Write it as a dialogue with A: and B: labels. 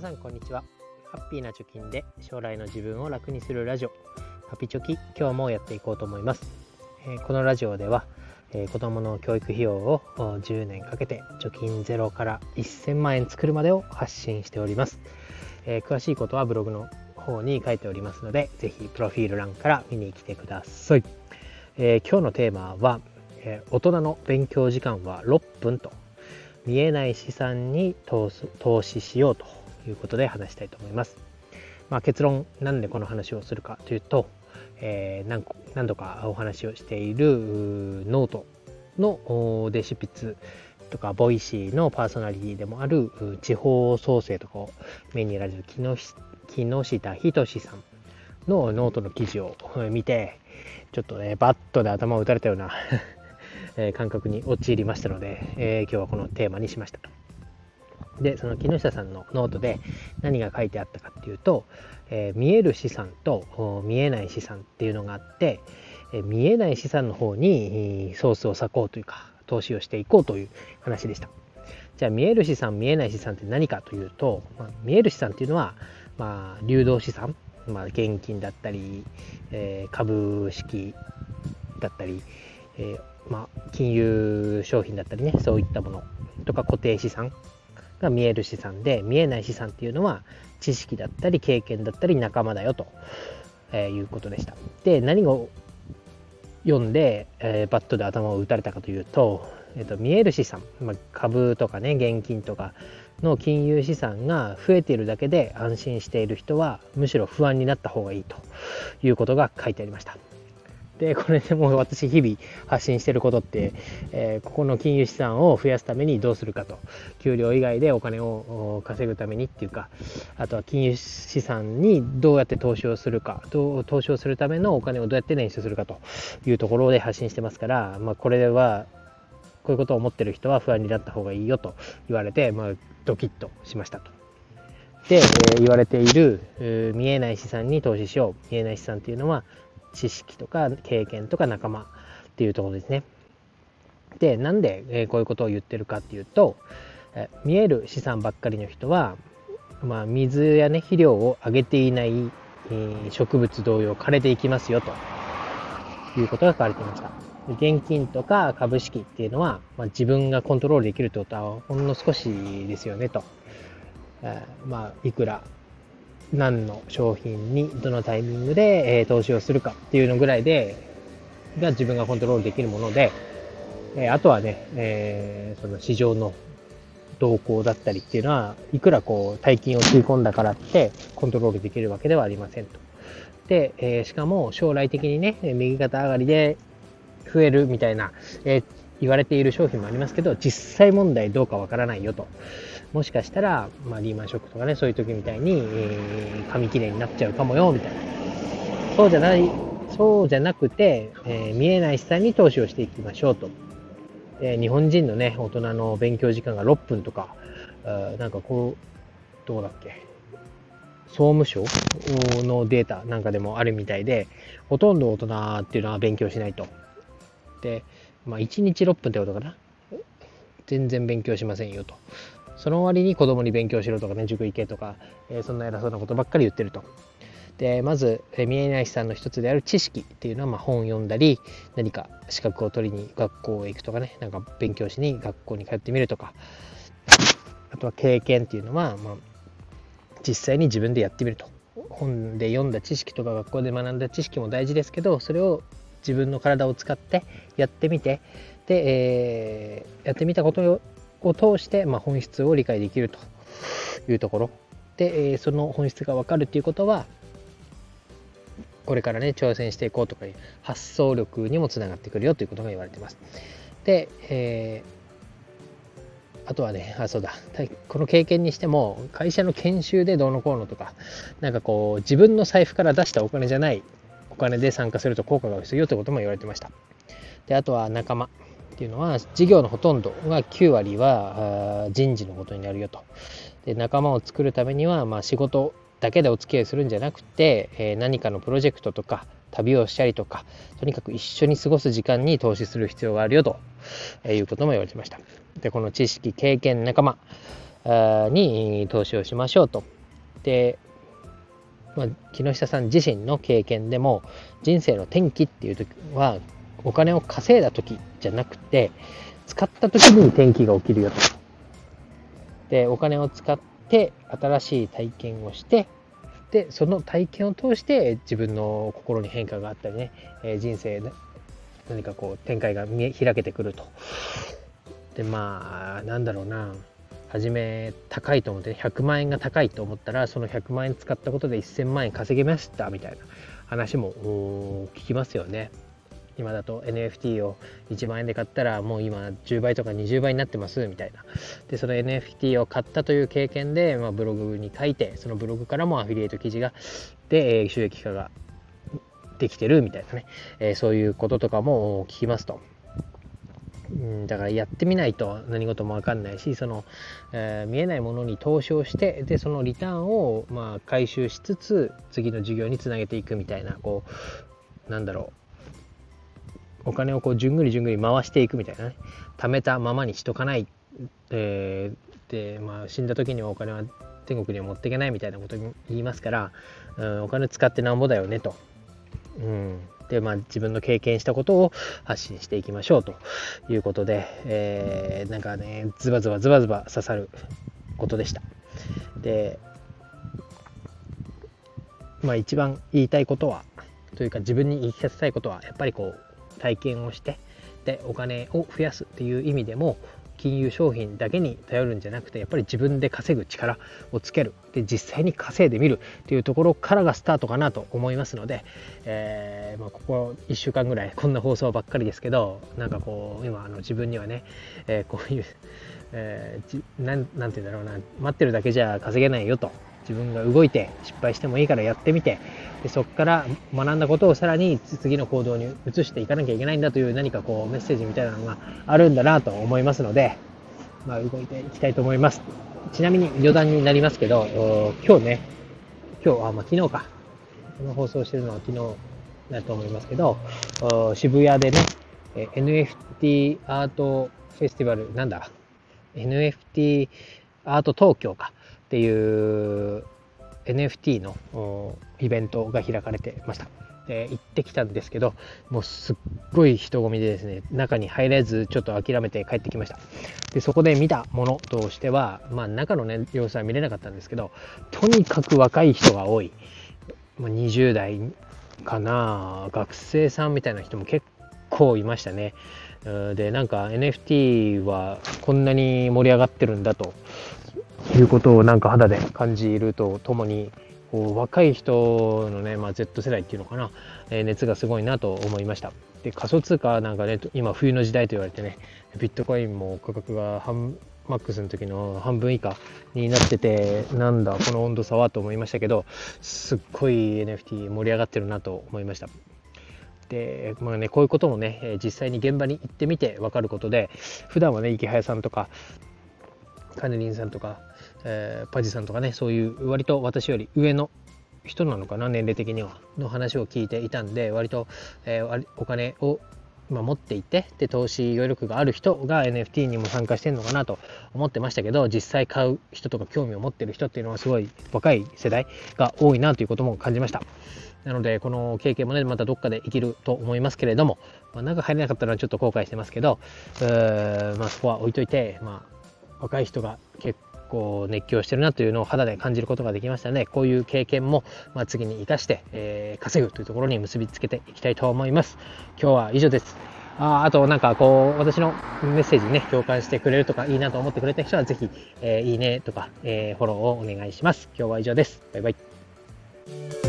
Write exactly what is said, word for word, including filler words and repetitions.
A: さんこんにちは。ハッピーな貯金で将来の自分を楽にするラジオハピチョキ、今日もやっていこうと思います。えー、このラジオでは、えー、子供の教育費用をじゅうねんかけて貯金ゼロからせんまんえん作るまでを発信しております。えー、詳しいことはブログの方に書いておりますので、ぜひプロフィール欄から見に来てください。えー、今日のテーマは、えー、大人の勉強時間はろっぷんと見えない資産に投す投資しようということで話したいと思います。まあ、結論、なんでこの話をするかというと、えー、何, 何度かお話をしているノートので執筆とかボイシーのパーソナリティでもある地方創生とかをメインにやられる木下仁さんのノートの記事を見て、ちょっとねバットで頭を打たれたような感覚に陥りましたので、えー、今日はこのテーマにしました。で、その木下さんのノートで何が書いてあったかっていうと、えー、見える資産と見えない資産っていうのがあって、えー、見えない資産の方にソースを割こうというか投資をしていこうという話でした。じゃあ見える資産見えない資産って何かというと、まあ、見える資産っていうのは、まあ、流動資産、まあ、現金だったり、えー、株式だったり、えーまあ、金融商品だったりね、そういったものとか固定資産が見える資産で、見えない資産っていうのは知識だったり経験だったり仲間だよと、えー、いうことでした。で、何を読んで、えー、バットで頭を打たれたかというと、えーと、見える資産、まあ、株とかね現金とかの金融資産が増えているだけで安心している人はむしろ不安になった方がいいということが書いてありました。で、これでもう私日々発信していることって、えー、ここの金融資産を増やすためにどうするかと、給料以外でお金を稼ぐためにっていうか、あとは金融資産にどうやって投資をするか、どう投資をするためのお金をどうやって捻出するかというところで発信してますから、まあ、これはこういうことを思ってる人は不安になった方がいいよと言われて、まあ、ドキッとしましたと。で、えー、言われている、えー、見えない資産に投資しよう。見えない資産っていうのは知識とか経験とか仲間っていうところですね。で、なんで、えー、こういうことを言ってるかっていうと、えー、見える資産ばっかりの人は、まあ、水やね肥料をあげていない、えー、植物同様枯れていきますよということが書かれていました。現金とか株式っていうのは、まあ、自分がコントロールできるってことはほんの少しですよねと、えー、まあいくら何の商品にどのタイミングで、えー、投資をするかっていうのぐらいでが自分がコントロールできるもので、えー、あとはね、えー、その市場の動向だったりっていうのはいくらこう大金を吸い込んだからってコントロールできるわけではありませんと。で、えー、しかも将来的にね右肩上がりで増えるみたいな、えー、言われている商品もありますけど、実際問題どうかわからないよと。もしかしたら、まあ、リーマンショックとかね、そういう時みたいに、えー、紙切れになっちゃうかもよみたいな。そうじゃない、そうじゃなくて、えー、見えない資産に投資をしていきましょうと。で、日本人のね大人の勉強時間がろっぷんとか、なんかこうどうだっけ、総務省のデータなんかでもあるみたいで、ほとんど大人っていうのは勉強しないと。で、まあ、いちにちろっぷんってことかな、全然勉強しませんよと。その割に子供に勉強しろとかね、塾行けとか、えー、そんな偉そうなことばっかり言ってると。で、まず、えー、見えない資産の一つである知識っていうのは、まあ、本読んだり何か資格を取りに学校へ行くとかね、なんか勉強しに学校に通ってみるとか、あとは経験っていうのは、まあ、実際に自分でやってみると。本で読んだ知識とか学校で学んだ知識も大事ですけど、それを自分の体を使ってやってみて、で、えー、やってみたことを通して、まあ、本質を理解できるというところで、えー、その本質が分かるっていうことは、これからね挑戦していこうとかいう発想力にもつながってくるよということが言われています。で、えー、あとはね、あ、そうだ、この経験にしても会社の研修でどうのこうのとか、なんかこう自分の財布から出したお金じゃないお金で参加すると効果が薄いよということも言われてました。で、あとは仲間っていうのは、事業のほとんどがきゅうわりは人事のことになるよと。で、仲間を作るためには、まあ、仕事だけでお付き合いするんじゃなくて、えー、何かのプロジェクトとか旅をしたりとか、とにかく一緒に過ごす時間に投資する必要があるよということも言われてました。で、この知識、経験、仲間に投資をしましょうとで、まあ、木下さん自身の経験でも人生の転機っていう時はお金を稼いだ時じゃなくて使った時に転機が起きるよと。でお金を使って新しい体験をしてでその体験を通して自分の心に変化があったりね、えー、人生で何かこう展開が見え開けてくると。でまあなんだろうな、初め高いと思ってひゃくまんえんが高いと思ったらそのひゃくまんえん使ったことでせんまんえん稼げましたみたいな話も聞きますよね。今だと エヌエフティー をいちまんえんで買ったらもう今じゅうばいとかにじゅうばいになってますみたいな。でその エヌエフティー を買ったという経験で、まあ、ブログに書いてそのブログからもアフィリエイト記事がで収益化ができてるみたいなね、えー、そういうこととかも聞きますと。うん、だからやってみないと何事も分かんないしその、えー、見えないものに投資をしてでそのリターンをまあ回収しつつ次の事業につなげていくみたいなこうなんだろうお金をこうじゅんぐりじゅんぐり回していくみたいなね、貯めたままにしとかない、えー、でまあ死んだ時にはお金は天国には持っていけないみたいなことに言いますから、うん、お金使ってなんぼだよねと。うんでまあ、自分の経験したことを発信していきましょうということで、えー、なんかねズバズバズバズバ刺さることでした。でまあ一番言いたいことはというか自分に言い聞かせたいことはやっぱりこう体験をしてでお金を増やすっていう意味でも金融商品だけに頼るんじゃなくてやっぱり自分で稼ぐ力をつけるで実際に稼いでみるっていうところからがスタートかなと思いますので、えーまあ、ここいっしゅうかんぐらいこんな放送ばっかりですけどなんかこう今あの自分にはね、えー、こういう、えー、なん、なんて言うんだろうな待ってるだけじゃ稼げないよと自分が動いて失敗してもいいからやってみてでそこから学んだことをさらに次の行動に移していかなきゃいけないんだという何かこうメッセージみたいなのがあるんだなと思いますので、まあ、動いていきたいと思います。ちなみに余談になりますけど今日ね今日あ、まあ、昨日かこの放送してるのは昨日だと思いますけど渋谷でね エヌエフティー アートフェスティバルなんだ エヌエフティー アート東京かっていう エヌエフティー のイベントが開かれてました。で行ってきたんですけどもうすっごい人混みでですね中に入れずちょっと諦めて帰ってきました。でそこで見たものとしてはまあ中のね様子は見れなかったんですけどとにかく若い人が多い、まあ、にじゅう代かな学生さんみたいな人も結構いましたね。でなんか エヌエフティー はこんなに盛り上がってるんだということをなんか肌で感じるとともにこう若い人のね、まあ、Z 世代っていうのかな、えー、熱がすごいなと思いました。で仮想通貨なんかね今冬の時代と言われてねビットコインも価格が半マックスの時の半分以下になっててなんだこの温度差はと思いましたけどすっごい エヌエフティー 盛り上がってるなと思いました。でまあねこういうこともね実際に現場に行ってみて分かることで普段はね池早さんとかカネリンさんとか、えー、パジさんとかねそういう割と私より上の人なのかな年齢的にはの話を聞いていたんで割と、えー、お金をまあ、持っていてで投資余力がある人が エヌエフティー にも参加してるのかなと思ってましたけど実際買う人とか興味を持ってる人っていうのはすごい若い世代が多いなということも感じました。なのでこの経験もねまたどっかで生きると思いますけれども、まあ、中入れなかったのはちょっと後悔してますけど、まあ、そこは置いといて、まあ、若い人が結構熱狂してるなというのを肌で感じることができましたのでこういう経験もまあ次に生かして、えー、稼ぐというところに結びつけていきたいと思います。今日は以上です。あ, あとなんかこう私のメッセージにね共感してくれるとかいいなと思ってくれた人はぜひ、えー、いいねとか、えー、フォローをお願いします。今日は以上です。バイバイ。